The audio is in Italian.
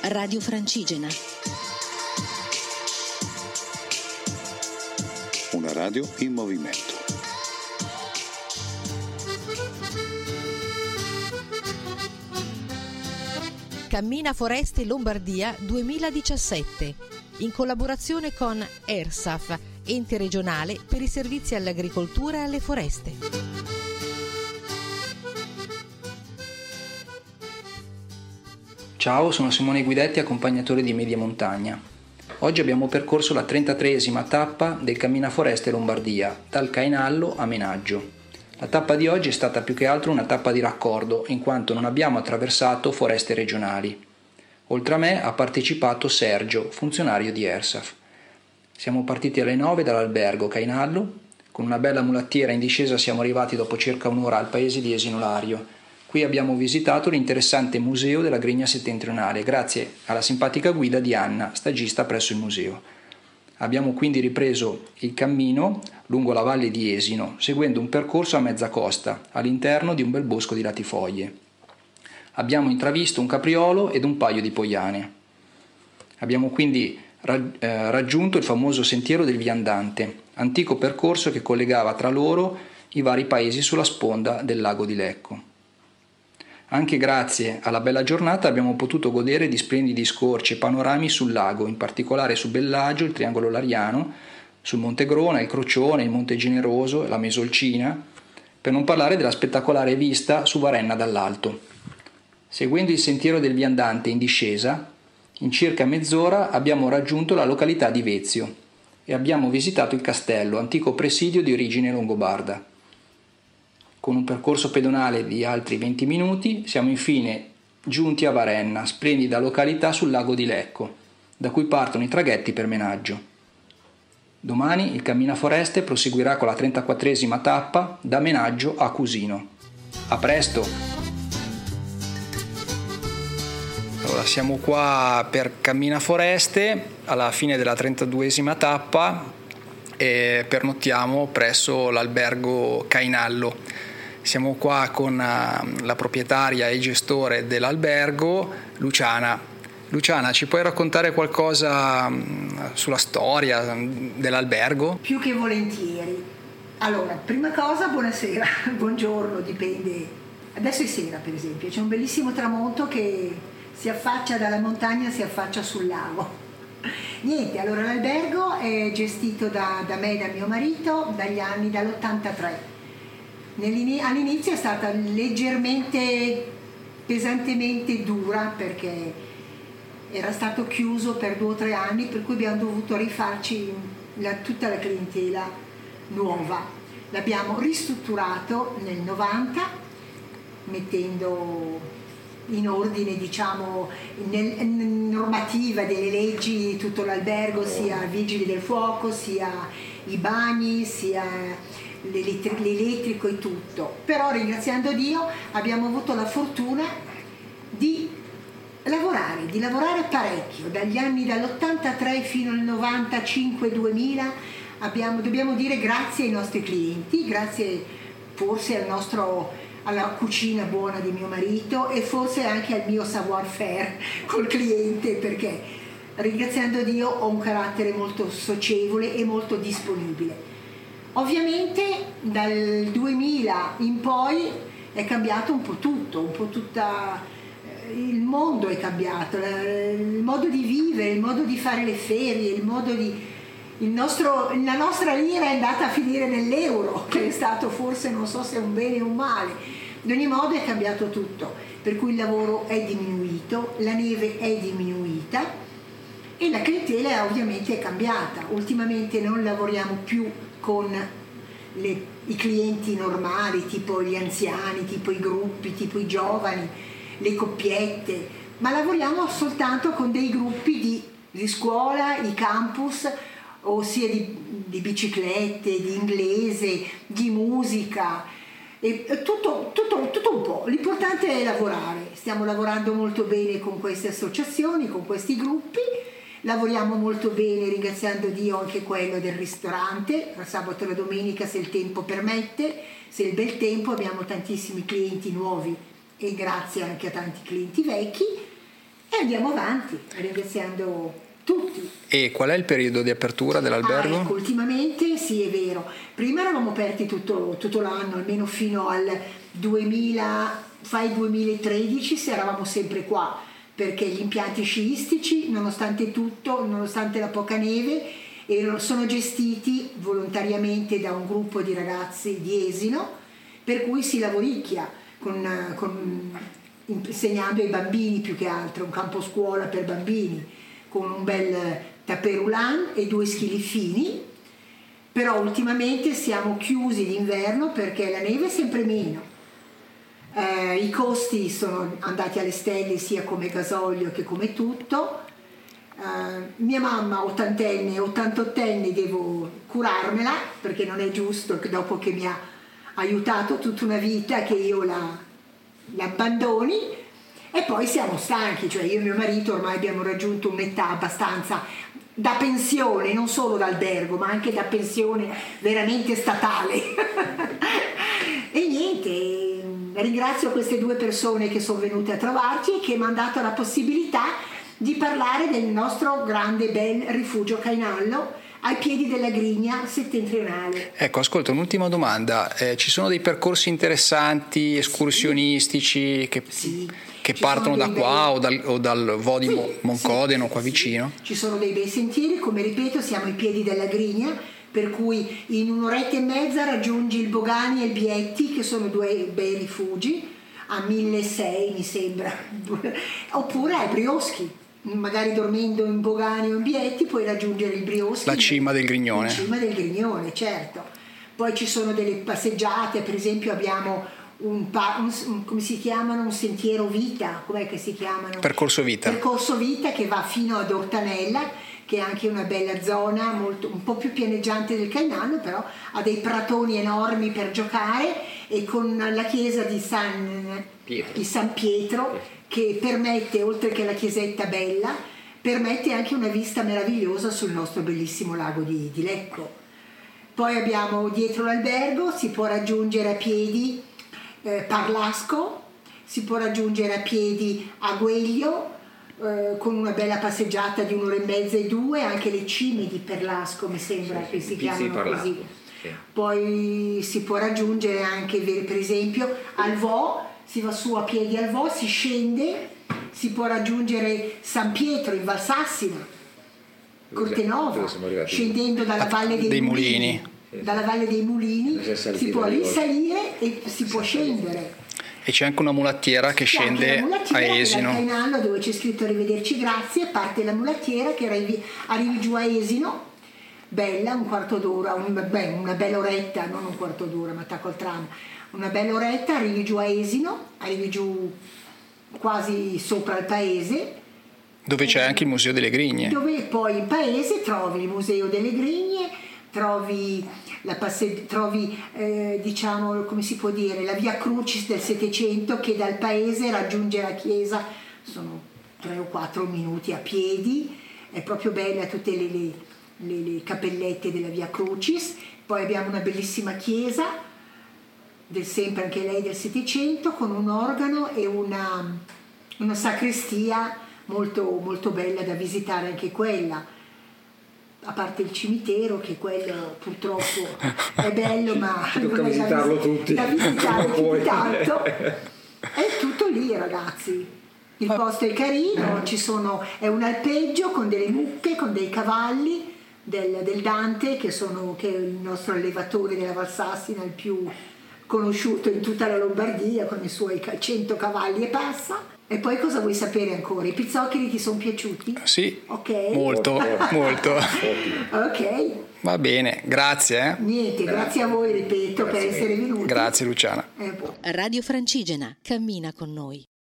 Radio Francigena. Una radio in movimento. Cammina Foreste Lombardia 2017, in collaborazione con ERSAF, ente regionale per i servizi all'agricoltura e alle foreste. Ciao, sono Simone Guidetti, accompagnatore di Media Montagna. Oggi abbiamo percorso la 33esima tappa del Cammina Foreste Lombardia, dal Cainallo a Menaggio. La tappa di oggi è stata più che altro una tappa di raccordo, in quanto non abbiamo attraversato foreste regionali. Oltre a me ha partecipato Sergio, funzionario di ERSAF. Siamo partiti alle 9 dall'albergo Cainallo. Con una bella mulattiera in discesa siamo arrivati dopo circa un'ora al paese di Esinolario. Qui abbiamo visitato l'interessante museo della Grigna Settentrionale, grazie alla simpatica guida di Anna, stagista presso il museo. Abbiamo quindi ripreso il cammino lungo la valle di Esino, seguendo un percorso a mezza costa, all'interno di un bel bosco di latifoglie. Abbiamo intravisto un capriolo ed un paio di poiane. Abbiamo quindi raggiunto il famoso sentiero del viandante, antico percorso che collegava tra loro i vari paesi sulla sponda del lago di Lecco. Anche grazie alla bella giornata abbiamo potuto godere di splendidi scorci e panorami sul lago, in particolare su Bellagio, il Triangolo Lariano, sul Monte Grona, il Crocione, il Monte Generoso, la Mesolcina, per non parlare della spettacolare vista su Varenna dall'alto. Seguendo il sentiero del viandante in discesa, in circa mezz'ora abbiamo raggiunto la località di Vezio e abbiamo visitato il castello, antico presidio di origine longobarda. Con un percorso pedonale di altri 20 minuti siamo infine giunti a Varenna, splendida località sul lago di Lecco, da cui partono i traghetti per Menaggio. Domani il Cammina Foreste proseguirà con la 34esima tappa da Menaggio a Cusino. A presto! Allora, siamo qua per Cammina Foreste, alla fine della 32esima tappa, e pernottiamo presso l'albergo Cainallo. Siamo qua con la proprietaria e gestore dell'albergo, Luciana. Luciana, ci puoi raccontare qualcosa sulla storia dell'albergo? Più che volentieri. Allora, prima cosa, buonasera, buongiorno, dipende. Adesso è sera, per esempio, c'è un bellissimo tramonto che si affaccia dalla montagna, si affaccia sul lago. Niente, allora l'albergo è gestito da me e da mio marito dall'83. All'inizio è stata leggermente, pesantemente dura perché era stato chiuso per 2 o 3 anni, per cui abbiamo dovuto rifarci tutta la clientela nuova. L'abbiamo ristrutturato nel 90, mettendo in ordine, diciamo, normativa delle leggi tutto l'albergo, sia vigili del fuoco, sia i bagni, sia l'elettrico e tutto. Però, ringraziando Dio, abbiamo avuto la fortuna di lavorare parecchio, dagli anni dall'83 fino al 95-2000. Dobbiamo dire grazie ai nostri clienti, grazie forse alla cucina buona di mio marito e forse anche al mio savoir-faire col cliente, perché ringraziando Dio ho un carattere molto socievole e molto disponibile. Ovviamente dal 2000 in poi è cambiato un po' tutto, il mondo è cambiato, il modo di vivere, il modo di fare le ferie, la nostra lira è andata a finire nell'euro, che è stato forse, non so se è un bene o un male. Ad ogni modo è cambiato tutto, per cui il lavoro è diminuito, la neve è diminuita e la clientela ovviamente è cambiata. Ultimamente non lavoriamo più con i clienti normali, tipo gli anziani, tipo i gruppi, tipo i giovani, le coppiette, ma lavoriamo soltanto con dei gruppi di scuola, i campus, ossia di biciclette, di inglese, di musica, e tutto un po'. L'importante è lavorare. Stiamo lavorando molto bene con queste associazioni, con questi gruppi. Lavoriamo molto bene, ringraziando Dio, anche quello del ristorante, il sabato e la domenica se il tempo permette, se il bel tempo. Abbiamo tantissimi clienti nuovi e grazie anche a tanti clienti vecchi. E andiamo avanti, ringraziando tutti. E qual è il periodo di apertura dell'albergo? Ecco, ultimamente sì, è vero. Prima eravamo aperti tutto l'anno, almeno fino al 2013 se eravamo sempre qua, perché gli impianti sciistici, nonostante tutto, nonostante la poca neve, sono gestiti volontariamente da un gruppo di ragazzi di Esino, per cui si lavoricchia insegnando ai bambini, più che altro, un campo scuola per bambini con un bel taperulan e 2 schili fini. Però ultimamente siamo chiusi d'inverno perché la neve è sempre meno, i costi sono andati alle stelle sia come gasolio che come tutto. Mia mamma 80enne e 88enne devo curarmela, perché non è giusto che dopo che mi ha aiutato tutta una vita che io l'abbandoni. E poi siamo stanchi, cioè io e mio marito ormai abbiamo raggiunto un'età abbastanza da pensione, non solo d'albergo ma anche da pensione veramente statale. E niente, ringrazio queste 2 persone che sono venute a trovarci e che mi hanno dato la possibilità di parlare del nostro grande bel rifugio Cainallo ai piedi della Grigna settentrionale. Ecco, ascolta, un'ultima domanda. Ci sono dei percorsi interessanti, escursionistici che partono da qua o dal Vo di Moncodeno, qua vicino? Ci sono dei bei sentieri, come ripeto siamo ai piedi della Grigna, per cui in un'oretta e mezza raggiungi il Bogani e il Bietti, che sono 2 bei rifugi, a 1.600 mi sembra, oppure ai Brioschi. Magari dormendo in Bogani o in Bietti puoi raggiungere il Brioschi, la cima del Grignone. La cima del Grignone, certo. Poi ci sono delle passeggiate, per esempio abbiamo come si chiamano? Un sentiero vita, com'è che si chiamano? Percorso vita che va fino ad Ortanella, che è anche una bella zona, un po' più pianeggiante del Cainallo, però ha dei pratoni enormi per giocare, e con la chiesa di San Pietro che permette, oltre che la chiesetta bella, permette anche una vista meravigliosa sul nostro bellissimo lago di Lecco. Poi abbiamo dietro l'albergo, si può raggiungere a piedi Parlasco, si può raggiungere a piedi Agueglio, con una bella passeggiata di 1 ora e mezza e 2, anche le cime di Perlasco mi sembra che si chiamano così. Sì. Poi si può raggiungere anche, per esempio, al Vo, si va su a piedi al Vo, si scende, si può raggiungere San Pietro in Valsassina, Cortenova, scendendo dalla Valle dei Mulini. Dalla Valle dei Mulini si può risalire e si può scendere. E c'è anche una mulattiera che scende a Esino. Dal Cainallo, dove c'è scritto arrivederci grazie, parte la mulattiera che arrivi giù a Esino, bella, un quarto d'ora, una bella oretta, non un quarto d'ora, ma attacco al tram, una bella oretta, arrivi giù a Esino, arrivi giù quasi sopra il paese, dove c'è anche il Museo delle Grigne, dove poi in paese trovi il Museo delle Grigne, trovi diciamo, come si può dire, la Via Crucis del Settecento, che dal paese raggiunge la chiesa, sono 3 o 4 minuti a piedi, è proprio bella, tutte le cappellette della Via Crucis. Poi abbiamo una bellissima chiesa, sempre anche lei del Settecento, con un organo e una sacrestia molto, molto bella da visitare anche quella, a parte il cimitero, che quello purtroppo è bello ma tocca visitarlo tutti, da visitare più di tanto. È tutto lì, ragazzi, il posto è carino, è un alpeggio con delle mucche, con dei cavalli del Dante, che è il nostro allevatore della Valsassina, il più conosciuto in tutta la Lombardia, con i suoi 100 cavalli e passa. E poi cosa vuoi sapere ancora? I pizzoccheri ti sono piaciuti? Sì, okay. Molto. Ok. Va bene, grazie. Niente, grazie a voi, ripeto, per essere venuti. Grazie Luciana. Radio Francigena, cammina con noi.